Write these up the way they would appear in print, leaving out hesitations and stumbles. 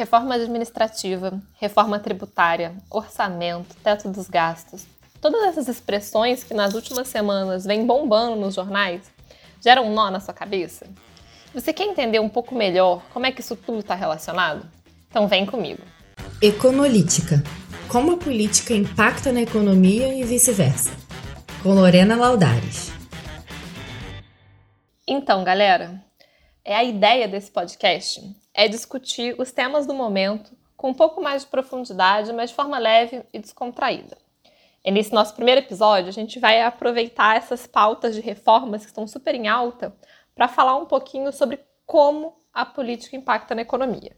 Reforma administrativa, reforma tributária, orçamento, teto dos gastos, todas essas expressões que nas últimas semanas vêm bombando nos jornais, geram um nó na sua cabeça? Você quer entender um pouco melhor como é que isso tudo está relacionado? Então vem comigo. Econolítica. Como a política impacta na economia e vice-versa. Com Lorena Laudares. Então, galera, a ideia desse podcast é discutir os temas do momento com um pouco mais de profundidade, mas de forma leve e descontraída. E nesse nosso primeiro episódio, a gente vai aproveitar essas pautas de reformas que estão super em alta para falar um pouquinho sobre como a política impacta na economia.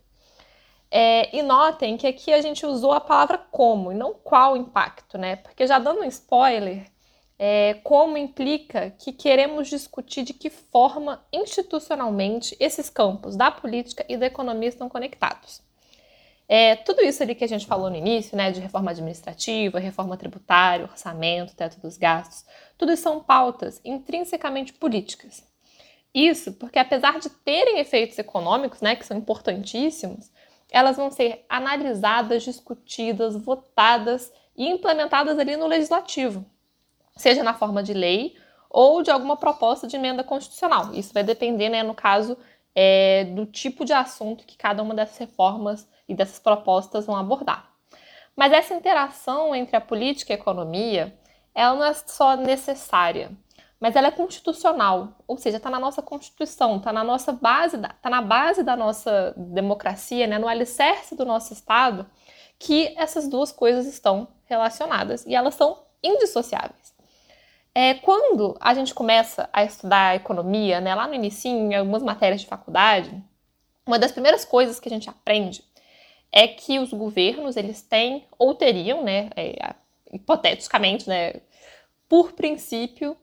E notem que aqui a gente usou a palavra como e não qual impacto, né? Porque já dando um spoiler, como implica que queremos discutir de que forma institucionalmente esses campos da política e da economia estão conectados. Tudo isso ali que a gente falou no início, né, de reforma administrativa, reforma tributária, orçamento, teto dos gastos, tudo isso são pautas intrinsecamente políticas. Isso porque, apesar de terem efeitos econômicos, né, que são importantíssimos, elas vão ser analisadas, discutidas, votadas e implementadas ali no legislativo, seja na forma de lei ou de alguma proposta de emenda constitucional. Isso vai depender, né, no caso, do tipo de assunto que cada uma dessas reformas e dessas propostas vão abordar. Mas essa interação entre a política e a economia, ela não é só necessária, mas ela é constitucional, ou seja, está na nossa Constituição, está na nossa base, está na base da nossa democracia, né, no alicerce do nosso Estado, que essas duas coisas estão relacionadas e elas são indissociáveis. Quando a gente começa a estudar economia, né, lá no inicinho, em algumas matérias de faculdade, uma das primeiras coisas que a gente aprende é que os governos, eles têm, ou teriam, né, hipoteticamente, né, por princípio,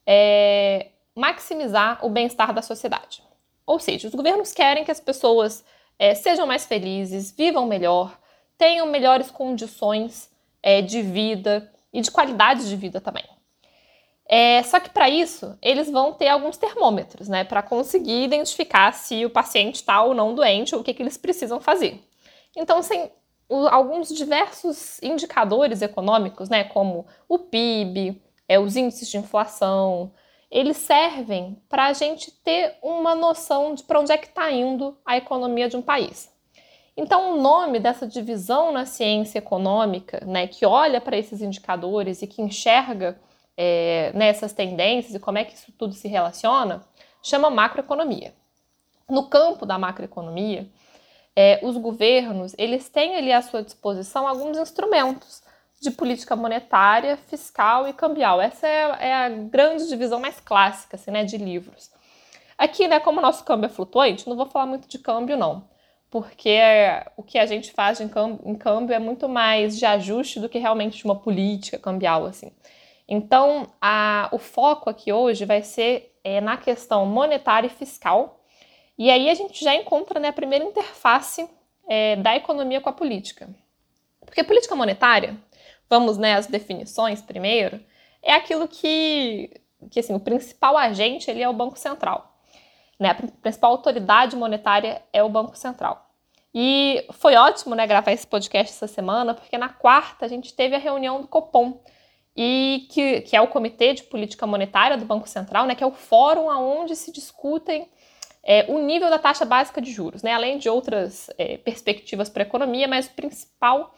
maximizar o bem-estar da sociedade. Ou seja, os governos querem que as pessoas sejam mais felizes, vivam melhor, tenham melhores condições de vida e de qualidade de vida também. Só que para isso, eles vão ter alguns termômetros, né, para conseguir identificar se o paciente está ou não doente ou o que eles precisam fazer. Então, alguns diversos indicadores econômicos, né, como o PIB, os índices de inflação, eles servem para a gente ter uma noção de para onde é que está indo a economia de um país. Então, o nome dessa divisão na ciência econômica, né, que olha para esses indicadores e que enxerga nessas tendências e como é que isso tudo se relaciona, chama macroeconomia. No campo da macroeconomia, os governos, eles têm ali à sua disposição alguns instrumentos de política monetária, fiscal e cambial. Essa é a grande divisão mais clássica, assim, né, de livros. Aqui, né, como o nosso câmbio é flutuante, não vou falar muito de câmbio, não, porque o que a gente faz em câmbio é muito mais de ajuste do que realmente de uma política cambial, assim. Então, o foco aqui hoje vai ser na questão monetária e fiscal, e aí a gente já encontra, né, a primeira interface da economia com a política. Porque a política monetária, vamos, né, às definições primeiro, é aquilo que assim, o principal agente ele é o Banco Central. Né? A principal autoridade monetária é o Banco Central. E foi ótimo, né, gravar esse podcast essa semana, porque na quarta a gente teve a reunião do Copom, e que é o Comitê de Política Monetária do Banco Central, né, que é o fórum onde se discutem o nível da taxa básica de juros, né, além de outras perspectivas para a economia, mas o principal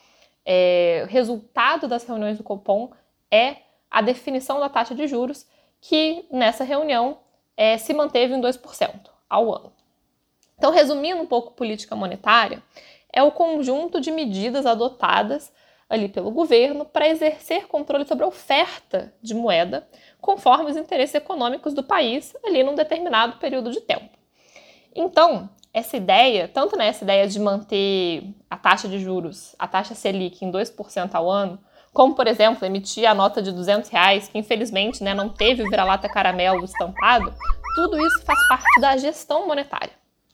resultado das reuniões do Copom é a definição da taxa de juros, que nessa reunião se manteve em 2% ao ano. Então, resumindo um pouco política monetária, é o conjunto de medidas adotadas ali pelo governo para exercer controle sobre a oferta de moeda conforme os interesses econômicos do país ali num determinado período de tempo. Então, essa ideia, tanto nessa ideia de manter a taxa de juros, a taxa Selic em 2% ao ano, como, por exemplo, emitir a nota de R$200, que infelizmente, né, não teve o vira-lata caramelo estampado, tudo isso faz parte da gestão monetária.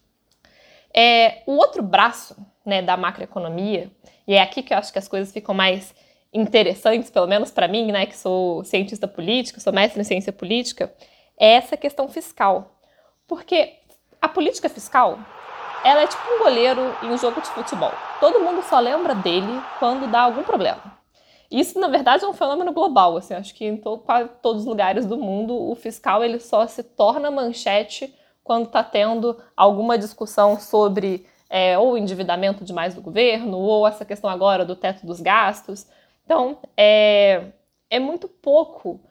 O outro braço, né, da macroeconomia, e é aqui que eu acho que as coisas ficam mais interessantes, pelo menos para mim, né, que sou cientista política, sou mestre em ciência política, é essa questão fiscal. Porque a política fiscal, ela é tipo um goleiro em um jogo de futebol. Todo mundo só lembra dele quando dá algum problema. Isso, na verdade, é um fenômeno global. Assim, acho que em quase todos os lugares do mundo, o fiscal ele só se torna manchete quando está tendo alguma discussão sobre ou o endividamento demais do governo, ou essa questão agora do teto dos gastos. Então, é muito pouco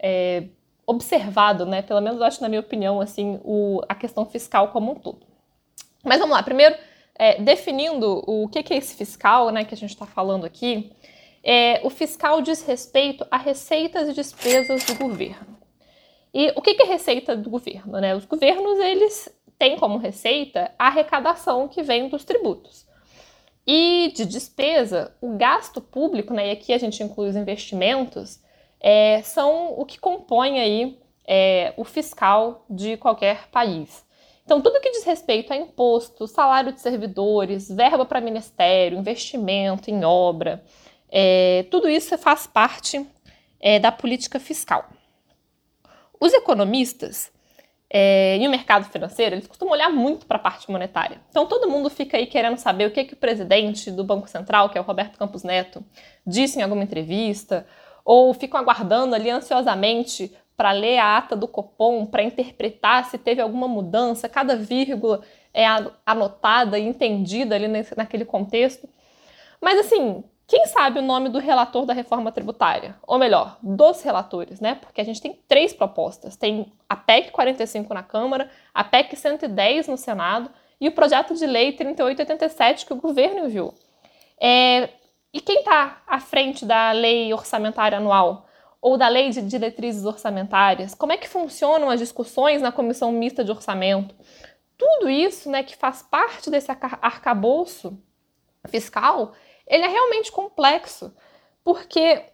observado, né? Pelo menos eu acho, na minha opinião, assim, a questão fiscal como um todo. Mas vamos lá, primeiro, definindo o que é esse fiscal, né, que a gente está falando aqui. O fiscal diz respeito a receitas e despesas do governo. E o que é receita do governo, né? Os governos, eles têm como receita a arrecadação que vem dos tributos. E de despesa, o gasto público, né, e aqui a gente inclui os investimentos, são o que compõe aí o fiscal de qualquer país. Então, tudo que diz respeito a imposto, salário de servidores, verba para ministério, investimento em obra, tudo isso faz parte da política fiscal. Os economistas e o mercado financeiro, eles costumam olhar muito para a parte monetária. Então, todo mundo fica aí querendo saber o que o presidente do Banco Central, que é o Roberto Campos Neto, disse em alguma entrevista, ou ficam aguardando ali ansiosamente para ler a ata do Copom, para interpretar se teve alguma mudança, cada vírgula é anotada e entendida ali naquele contexto. Mas assim, quem sabe o nome do relator da reforma tributária? Ou melhor, dos relatores, né? Porque a gente tem 3 propostas. Tem a PEC 45 na Câmara, a PEC 110 no Senado e o projeto de lei 3887 que o governo enviou. E quem está à frente da lei orçamentária anual ou da lei de diretrizes orçamentárias? Como é que funcionam as discussões na comissão mista de orçamento? Tudo isso, né, que faz parte desse arcabouço fiscal, ele é realmente complexo, porque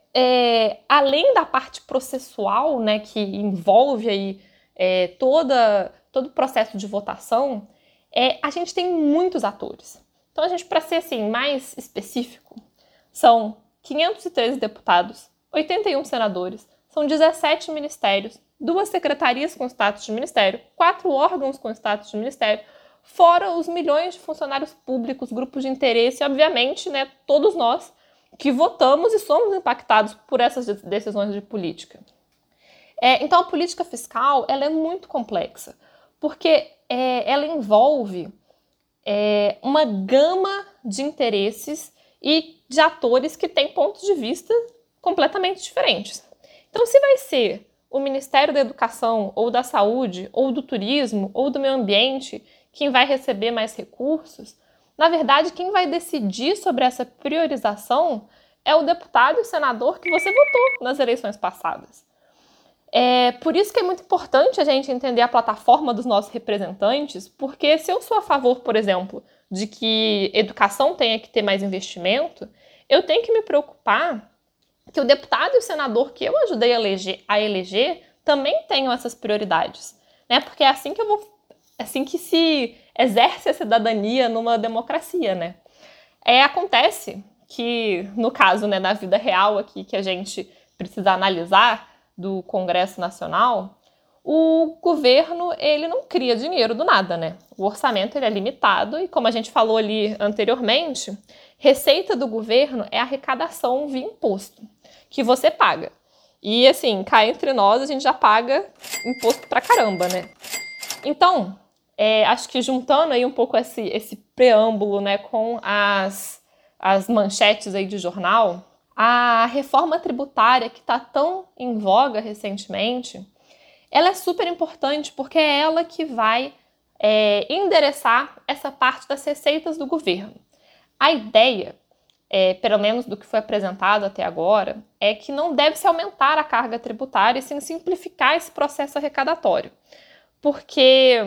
além da parte processual, né, que envolve aí, todo o processo de votação, a gente tem muitos atores. Então, a gente, para ser assim, mais específico, são 513 deputados, 81 senadores, são 17 ministérios, 2 secretarias com status de ministério, 4 órgãos com status de ministério, fora os milhões de funcionários públicos, grupos de interesse e, obviamente, né, todos nós que votamos e somos impactados por essas decisões de política. Então, a política fiscal ela é muito complexa, porque ela envolve uma gama de interesses e de atores que têm pontos de vista completamente diferentes. Então, se vai ser o Ministério da Educação, ou da Saúde, ou do Turismo, ou do Meio Ambiente quem vai receber mais recursos, na verdade, quem vai decidir sobre essa priorização é o deputado e o senador que você votou nas eleições passadas. Por isso que é muito importante a gente entender a plataforma dos nossos representantes, porque se eu sou a favor, por exemplo, de que educação tenha que ter mais investimento, eu tenho que me preocupar que o deputado e o senador que eu ajudei a eleger também tenham essas prioridades, né? Porque é assim que se exerce a cidadania numa democracia, né? Acontece que, no caso, né, na vida real aqui que a gente precisa analisar do Congresso Nacional, o governo ele não cria dinheiro do nada, né? O orçamento ele é limitado e, como a gente falou ali anteriormente, receita do governo é arrecadação via imposto, que você paga. E assim, cá entre nós, a gente já paga imposto pra caramba, né? Então, acho que juntando aí um pouco esse preâmbulo, né, com as manchetes aí de jornal, a reforma tributária que está tão em voga recentemente, ela é super importante porque é ela que vai endereçar essa parte das receitas do governo. A ideia, pelo menos do que foi apresentado até agora, é que não deve-se aumentar a carga tributária e sim simplificar esse processo arrecadatório. Porque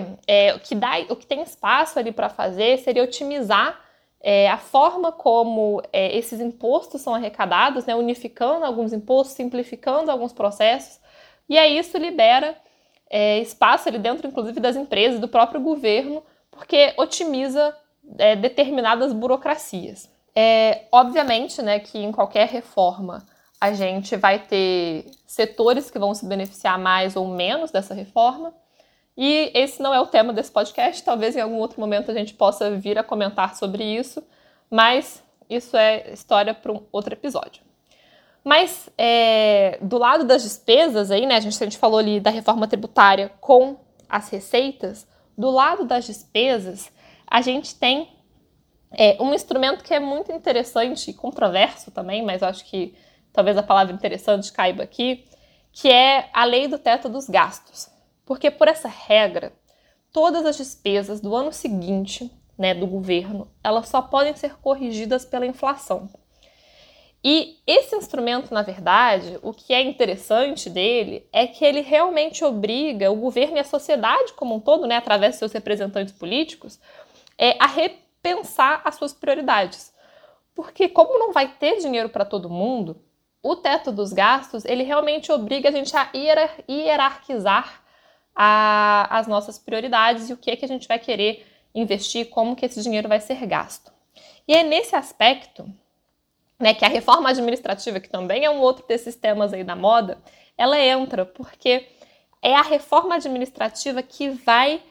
o que tem espaço ali para fazer seria otimizar a forma como esses impostos são arrecadados, né, unificando alguns impostos, simplificando alguns processos, e aí isso libera espaço ali dentro, inclusive, das empresas, do próprio governo, porque otimiza determinadas burocracias. Obviamente, né, que em qualquer reforma a gente vai ter setores que vão se beneficiar mais ou menos dessa reforma, E esse não é o tema desse podcast, talvez em algum outro momento a gente possa vir a comentar sobre isso, mas isso é história para um outro episódio. Mas do lado das despesas, aí, né, a gente falou ali da reforma tributária com as receitas, do lado das despesas, a gente tem um instrumento que é muito interessante e controverso também, mas eu acho que talvez a palavra interessante caiba aqui, que é a lei do teto dos gastos. Porque por essa regra, todas as despesas do ano seguinte, né, do governo, elas só podem ser corrigidas pela inflação. E esse instrumento, na verdade, o que é interessante dele é que ele realmente obriga o governo e a sociedade como um todo, né, através de seus representantes políticos, a repensar as suas prioridades. Porque como não vai ter dinheiro para todo mundo, o teto dos gastos, ele realmente obriga a gente a hierarquizar as nossas prioridades e o que a gente vai querer investir, como que esse dinheiro vai ser gasto. E é nesse aspecto, né, que a reforma administrativa, que também é um outro desses temas aí da moda, ela entra, porque é a reforma administrativa que vai,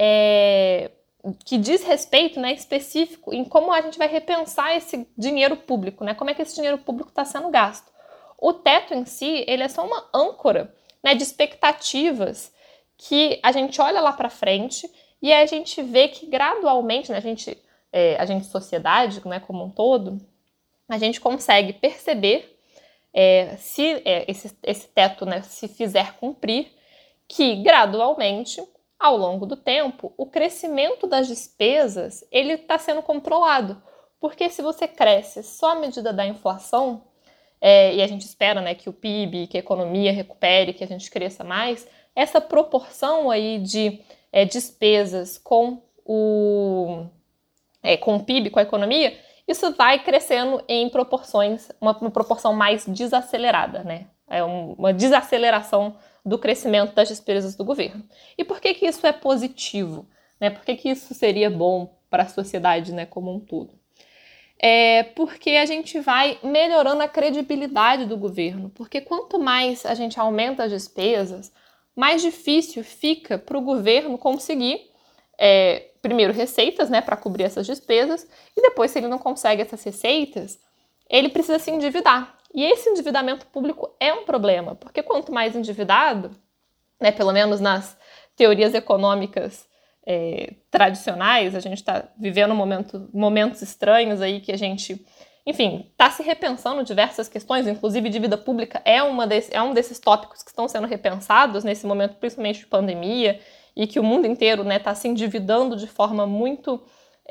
que diz respeito, né, específico em como a gente vai repensar esse dinheiro público, né, como é que esse dinheiro público está sendo gasto. O teto em si, ele é só uma âncora, né, de expectativas que a gente olha lá para frente e a gente vê que gradualmente, né, a gente sociedade, né, como um todo, a gente consegue perceber se esse teto, né, se fizer cumprir, que gradualmente, ao longo do tempo, o crescimento das despesas ele está sendo controlado. Porque se você cresce só à medida da inflação, e a gente espera, né, que o PIB, que a economia recupere, que a gente cresça mais, essa proporção aí de despesas com o PIB, com a economia, isso vai crescendo em proporções, uma proporção mais desacelerada, né? É uma desaceleração do crescimento das despesas do governo. E por que isso é positivo? Né? Por que isso seria bom para a sociedade, né, como um todo? Porque a gente vai melhorando a credibilidade do governo. Porque quanto mais a gente aumenta as despesas, mais difícil fica para o governo conseguir primeiro receitas, né, para cobrir essas despesas, e depois, se ele não consegue essas receitas, ele precisa se endividar. E esse endividamento público é um problema, porque quanto mais endividado, né, pelo menos nas teorias econômicas tradicionais, a gente está vivendo momentos estranhos aí que a gente, enfim, está se repensando diversas questões, inclusive dívida pública é um desses tópicos que estão sendo repensados nesse momento, principalmente de pandemia, e que o mundo inteiro está se endividando de forma muito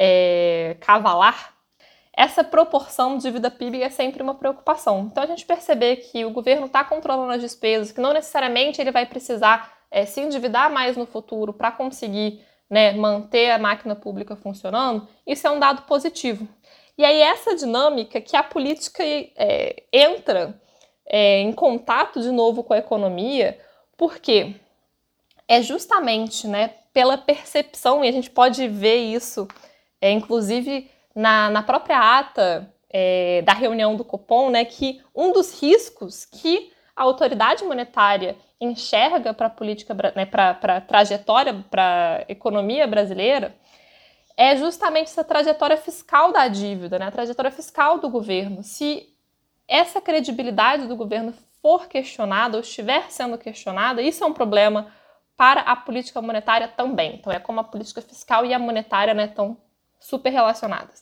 cavalar. Essa proporção de dívida PIB é sempre uma preocupação. Então, a gente perceber que o governo está controlando as despesas, que não necessariamente ele vai precisar se endividar mais no futuro para conseguir, né, manter a máquina pública funcionando, isso é um dado positivo. E aí, essa dinâmica que a política entra em contato de novo com a economia, porque é justamente, né, pela percepção, e a gente pode ver isso, inclusive na própria ata da reunião do Copom, né, que um dos riscos que a autoridade monetária enxerga para a política, né, para a trajetória, para a economia brasileira, é justamente essa trajetória fiscal da dívida, né, a trajetória fiscal do governo. Se essa credibilidade do governo for questionada ou estiver sendo questionada, isso é um problema para a política monetária também. Então, é como a política fiscal e a monetária, né, estão super relacionadas.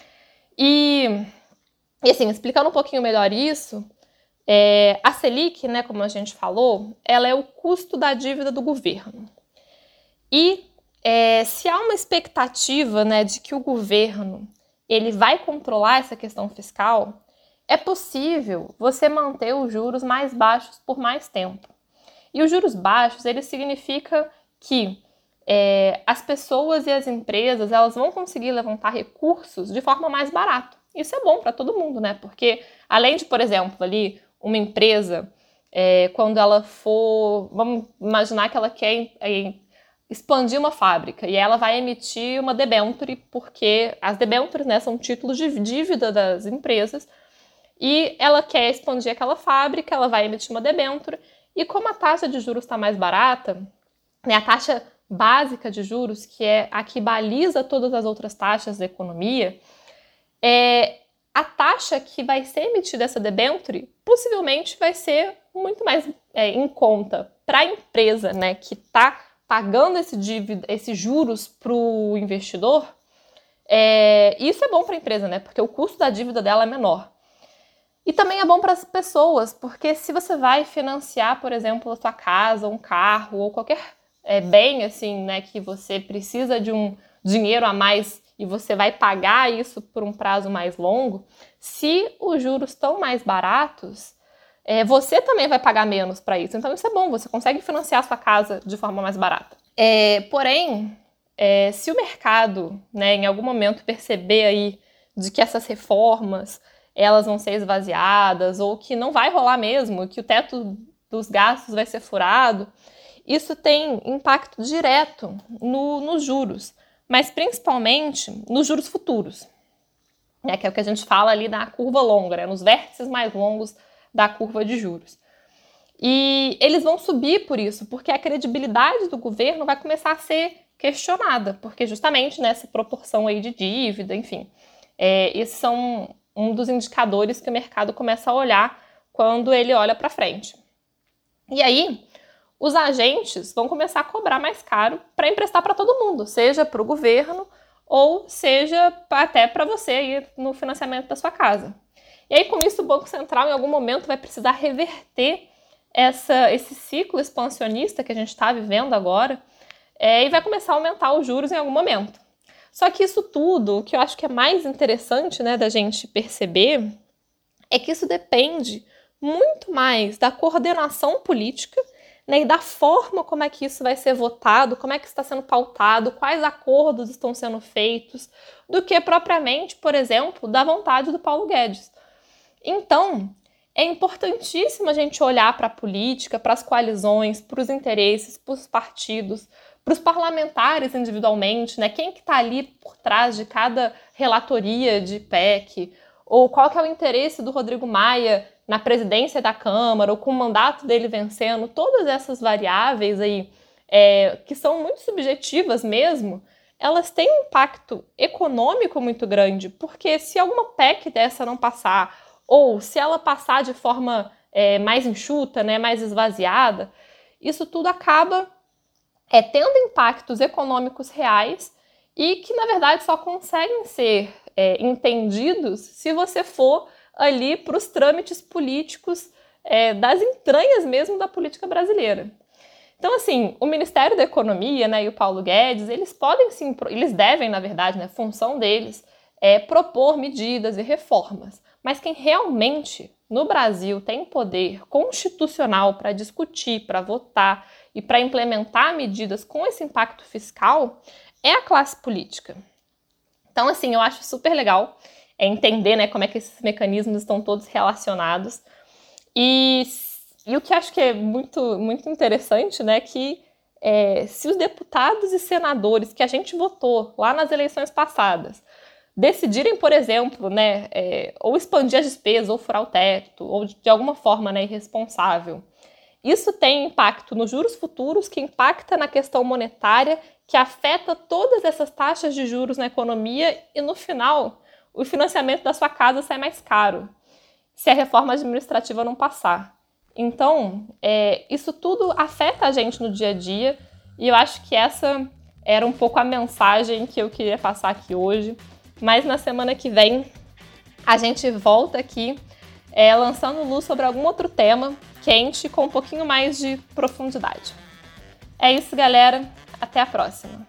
E assim, explicando um pouquinho melhor isso, a Selic, né, como a gente falou, ela é o custo da dívida do governo. E se há uma expectativa, né, de que o governo ele vai controlar essa questão fiscal, é possível você manter os juros mais baixos por mais tempo. E os juros baixos, ele significa que as pessoas e as empresas elas vão conseguir levantar recursos de forma mais barata. Isso é bom para todo mundo, né? Porque além de, por exemplo, ali uma empresa, quando ela for, vamos imaginar que ela quer expandir uma fábrica e ela vai emitir uma debênture, porque as debêntures, né, são títulos de dívida das empresas, e ela quer expandir aquela fábrica, ela vai emitir uma debênture. E como a taxa de juros está mais barata, né, a taxa básica de juros, que é a que baliza todas as outras taxas da economia, a taxa que vai ser emitida essa debenture possivelmente vai ser muito mais em conta para a empresa, né, que está pagando esses juros para o investidor. Isso é bom para a empresa, né, porque o custo da dívida dela é menor. E também é bom para as pessoas, porque se você vai financiar, por exemplo, a sua casa, um carro ou qualquer bem assim, né, que você precisa de um dinheiro a mais e você vai pagar isso por um prazo mais longo, se os juros estão mais baratos, você também vai pagar menos para isso. Então isso é bom, você consegue financiar a sua casa de forma mais barata. Porém, se o mercado, né, em algum momento perceber aí de que essas reformas elas vão ser esvaziadas ou que não vai rolar mesmo, que o teto dos gastos vai ser furado, isso tem impacto direto nos juros, mas principalmente nos juros futuros, né, que é o que a gente fala ali na curva longa, né, nos vértices mais longos da curva de juros. E eles vão subir por isso, porque a credibilidade do governo vai começar a ser questionada, porque justamente nessa proporção aí de dívida, enfim, esses são um dos indicadores que o mercado começa a olhar quando ele olha para frente. E aí, os agentes vão começar a cobrar mais caro para emprestar para todo mundo, seja para o governo ou seja até para você aí no financiamento da sua casa. E aí, com isso, o Banco Central, em algum momento, vai precisar reverter esse ciclo expansionista que a gente está vivendo agora e vai começar a aumentar os juros em algum momento. Só que isso tudo, o que eu acho que é mais interessante, né, da gente perceber, é que isso depende muito mais da coordenação política, né, e da forma como é que isso vai ser votado, como é que isso está sendo pautado, quais acordos estão sendo feitos, do que propriamente, por exemplo, da vontade do Paulo Guedes. Então, é importantíssimo a gente olhar para a política, para as coalizões, para os interesses, para os partidos, para os parlamentares individualmente, né? Quem que está ali por trás de cada relatoria de PEC, ou qual que é o interesse do Rodrigo Maia na presidência da Câmara, ou com o mandato dele vencendo, todas essas variáveis aí, que são muito subjetivas mesmo, elas têm um impacto econômico muito grande, porque se alguma PEC dessa não passar, ou se ela passar de forma mais enxuta, né, mais esvaziada, isso tudo acaba tendo impactos econômicos reais e que, na verdade, só conseguem ser entendidos se você for ali para os trâmites políticos das entranhas mesmo da política brasileira. Então, assim, o Ministério da Economia, né, e o Paulo Guedes, eles podem sim, eles devem, na verdade, né, a função deles propor medidas e reformas. Mas quem realmente, no Brasil, tem poder constitucional para discutir, para votar e para implementar medidas com esse impacto fiscal é a classe política. Então, assim, eu acho super legal entender, né, como é que esses mecanismos estão todos relacionados. E o que eu acho que é muito, muito interessante, né, que se os deputados e senadores que a gente votou lá nas eleições passadas decidirem, por exemplo, né, ou expandir as despesas, ou furar o teto, ou de alguma forma, né, irresponsável, isso tem impacto nos juros futuros, que impacta na questão monetária, que afeta todas essas taxas de juros na economia e, no final, o financiamento da sua casa sai mais caro, se a reforma administrativa não passar. Então, isso tudo afeta a gente no dia a dia e eu acho que essa era um pouco a mensagem que eu queria passar aqui hoje. Mas na semana que vem a gente volta aqui lançando luz sobre algum outro tema quente com um pouquinho mais de profundidade. É isso, galera. Até a próxima.